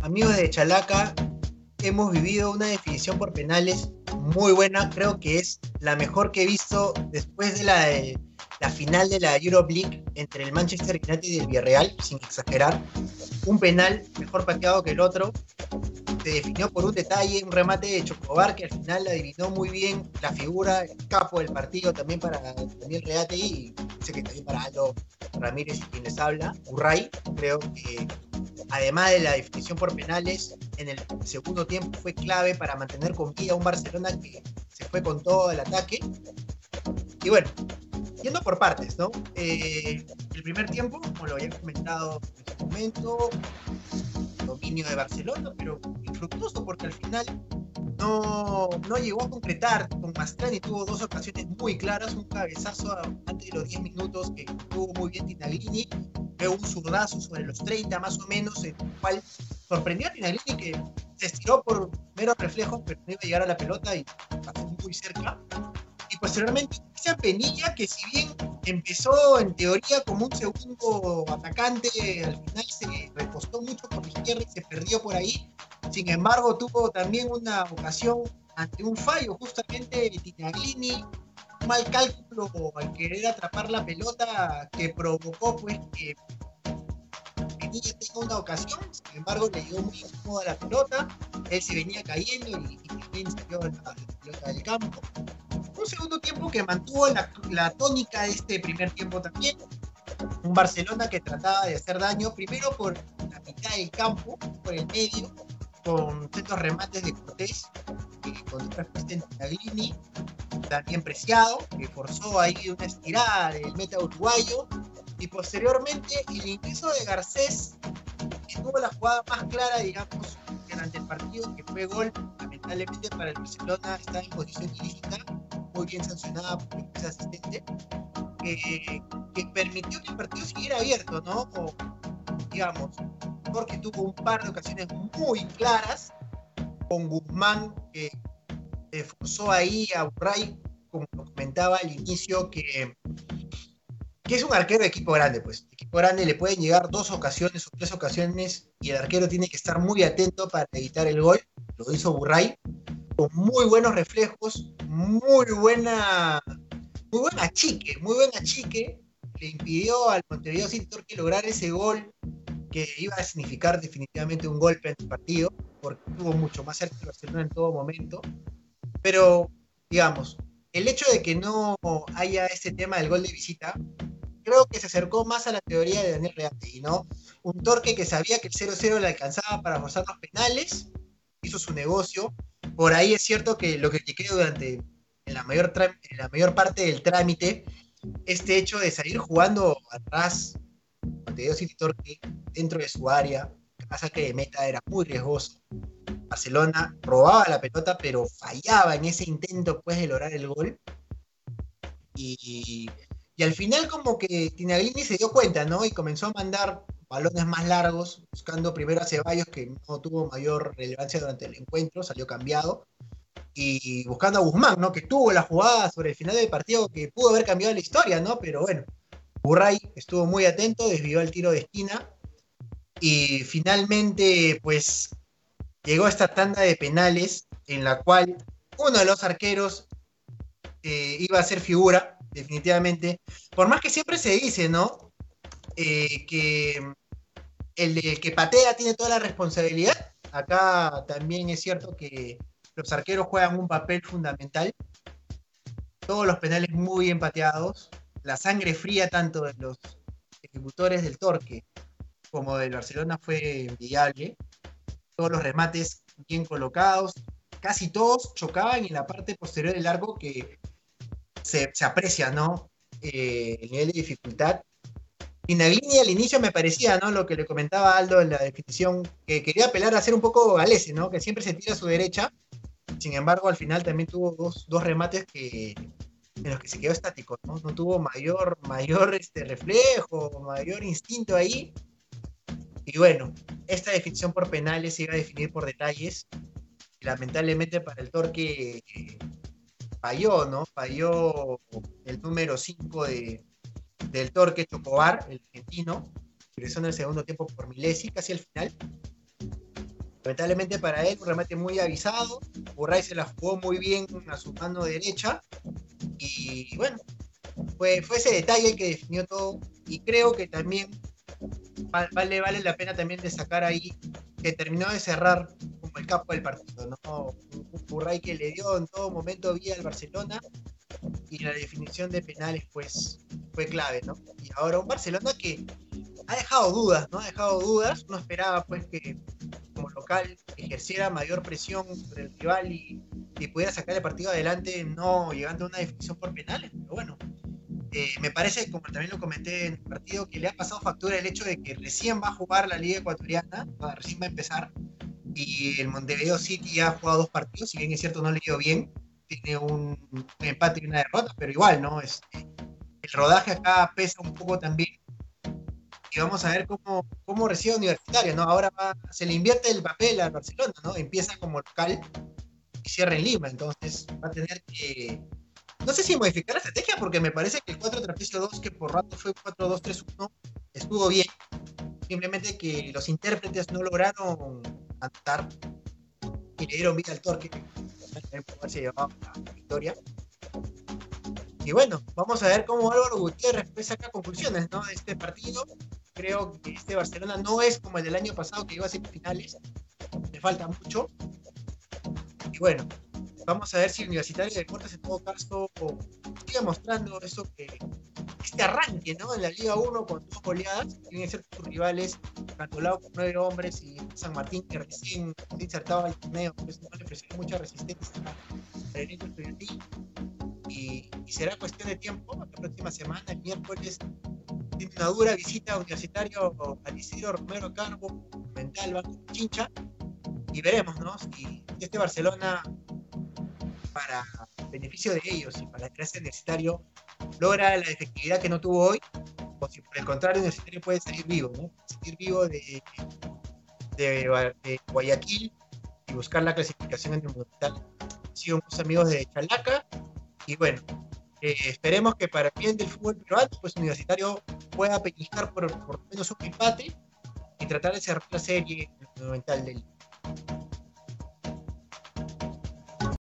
amigos de Chalaca, hemos vivido una definición por penales muy buena. Creo que es la mejor que he visto después de la final de la Europe League entre el Manchester United y el Villarreal, sin exagerar. Un penal mejor pateado que el otro. Se definió por un detalle, un remate de Chocobar que al final adivinó muy bien la figura, el capo del partido también para Daniel Reate y sé que también para Aldo Ramírez y quien les habla, Urray. Creo que además de la definición por penales, en el segundo tiempo fue clave para mantener con vida a un Barcelona que se fue con todo el ataque. Y bueno, yendo por partes, ¿no? El primer tiempo, como lo había comentado en su momento, dominio de Barcelona, pero infructuoso porque al final no llegó a concretar. Con Mastrani tuvo dos ocasiones muy claras, un cabezazo antes de los 10 minutos que tuvo muy bien Tinaglini, luego un zurdazo sobre los 30 más o menos, en el cual sorprendió a Tinaglini que se estiró por meros reflejos, pero no iba a llegar a la pelota y pasó muy cerca. Y posteriormente Cristian Penilla, que si bien empezó en teoría como un segundo atacante, al final se repostó mucho por la izquierda y se perdió por ahí. Sin embargo, tuvo también una ocasión ante un fallo justamente de Tinaglini, un mal cálculo al querer atrapar la pelota que provocó pues que Penilla tenga una ocasión. Sin embargo, le llegó muy incómoda la pelota, él se venía cayendo y también salió la pelota del campo. Un segundo tiempo que mantuvo la tónica de este primer tiempo también. Un Barcelona que trataba de hacer daño primero por la mitad del campo, por el medio, con ciertos remates de Cortés, con otra respuesta en Taglini, también Preciado, que forzó ahí una estirada del meta uruguayo, y posteriormente el ingreso de Garcés, que tuvo la jugada más clara, digamos, durante el partido, que fue gol, lamentablemente para el Barcelona, está en posición ilícita, muy bien sancionada por el asistente, que permitió que el partido siguiera abierto, ¿no? O, digamos, porque tuvo un par de ocasiones muy claras, con Guzmán que forzó ahí a Burray, como comentaba al inicio, que es un arquero de equipo grande, pues. De equipo grande le pueden llegar 2 ocasiones o 3 ocasiones y el arquero tiene que estar muy atento para evitar el gol. Lo hizo Burray con muy buenos reflejos, muy buen achique, le impidió al Montevideo City Torque lograr ese gol que iba a significar definitivamente un golpe en el partido, porque estuvo mucho más cerca de Barcelona en todo momento. Pero, digamos, el hecho de que no haya ese tema del gol de visita, creo que se acercó más a la teoría de Daniel Reate, ¿no? Un Torque que sabía que el 0-0 le alcanzaba para forzar los penales, hizo su negocio. Por ahí es cierto que lo critiqué durante en la mayor parte del trámite, este hecho de salir jugando atrás, Montevideo City Torque, dentro de su área, cada saque de meta era muy riesgoso. Barcelona robaba la pelota, pero fallaba en ese intento pues, de lograr el gol. Y, y al final como que Tinaglini se dio cuenta, ¿no? Y comenzó a mandar balones más largos, buscando primero a Ceballos, que no tuvo mayor relevancia durante el encuentro, salió cambiado, y buscando a Guzmán, ¿no? Que tuvo la jugada sobre el final del partido que pudo haber cambiado la historia, ¿no? Pero bueno, Burray estuvo muy atento, desvió el tiro de esquina, y finalmente, pues, llegó esta tanda de penales en la cual uno de los arqueros iba a ser figura, definitivamente. Por más que siempre se dice, ¿no? Que el que patea tiene toda la responsabilidad. Acá también es cierto que los arqueros juegan un papel fundamental. Todos los penales muy bien pateados. La sangre fría tanto de los ejecutores del Torque como del Barcelona fue envidiable. Todos los remates bien colocados. Casi todos chocaban en la parte posterior del arco que se aprecia, ¿no? El nivel de dificultad. Pinaglini al inicio me parecía, ¿no? Lo que le comentaba Aldo en la definición, que quería apelar a ser un poco galese, ¿no? Que siempre se tira a su derecha. Sin embargo, al final también tuvo dos remates en los que se quedó estático, ¿no? No tuvo mayor reflejo, mayor instinto ahí. Y bueno, esta definición por penales se iba a definir por detalles. Y lamentablemente para el Torque falló, ¿no? Falló el número 5 del Torque Chocobar, el argentino, ingresó en el segundo tiempo por Milesi, casi al final. Lamentablemente para él, un remate muy avisado. Burray se la jugó muy bien a su mano derecha. Y bueno, fue ese detalle el que definió todo. Y creo que también vale la pena también destacar ahí que terminó de cerrar como el capo del partido, ¿no? Un Burray que le dio en todo momento vía al Barcelona y la definición de penales pues fue clave, ¿no? Y ahora un Barcelona que ha dejado dudas, ¿no? Ha dejado dudas. Uno esperaba pues que como local ejerciera mayor presión sobre el rival y pudiera sacar el partido adelante, no llegando a una definición por penales. Pero bueno, me parece, como también lo comenté en el partido, que le ha pasado factura el hecho de que recién va a jugar la Liga Ecuatoriana, recién va a empezar, y el Montevideo City ya ha jugado dos partidos, si bien es cierto no le ha ido bien, tiene un empate y una derrota, pero igual, ¿no? El rodaje acá pesa un poco también y vamos a ver cómo recibe Universitario, ¿no? Ahora se le invierte el papel al Barcelona, ¿no? Empieza como local y cierra en Lima, entonces va a tener que, no sé si modificar la estrategia, porque me parece que el 4-3-2, que por rato fue 4-2-3-1, estuvo bien, simplemente que los intérpretes no lograron anotar y le dieron vida al torque, que también pudo haberse llevado la victoria. Y bueno, vamos a ver cómo Álvaro Gutiérrez pues, saca conclusiones, ¿no? De este partido. Creo que este Barcelona no es como el del año pasado que iba a semifinales. Le falta mucho. Y bueno, vamos a ver si Universitario de Deportes en todo caso sigue mostrando eso este arranque, ¿no? En la Liga 1 con dos goleadas. Tienen ser sus rivales, Cantolao con 9 hombres y San Martín que recién se insertaba al torneo, pues no le presionó mucha resistencia al elenco estudiantil. Y será cuestión de tiempo, la próxima semana, el miércoles, tiene una dura visita a Universitario al Isidro Romero Carbo, Mental, Banco Chincha, y veremos, ¿no? Si este Barcelona, para beneficio de ellos y para el clase Universitario, logra la efectividad que no tuvo hoy, o si por el contrario Universitario puede salir vivo, ¿no? Salir vivo de Guayaquil y buscar la clasificación en el Mundial. Sí, unos amigos de Chalaca, y bueno, esperemos que para el bien del fútbol peruano, pues Universitario pueda pellizcar por lo menos un empate y tratar de cerrar la serie en el Monumental del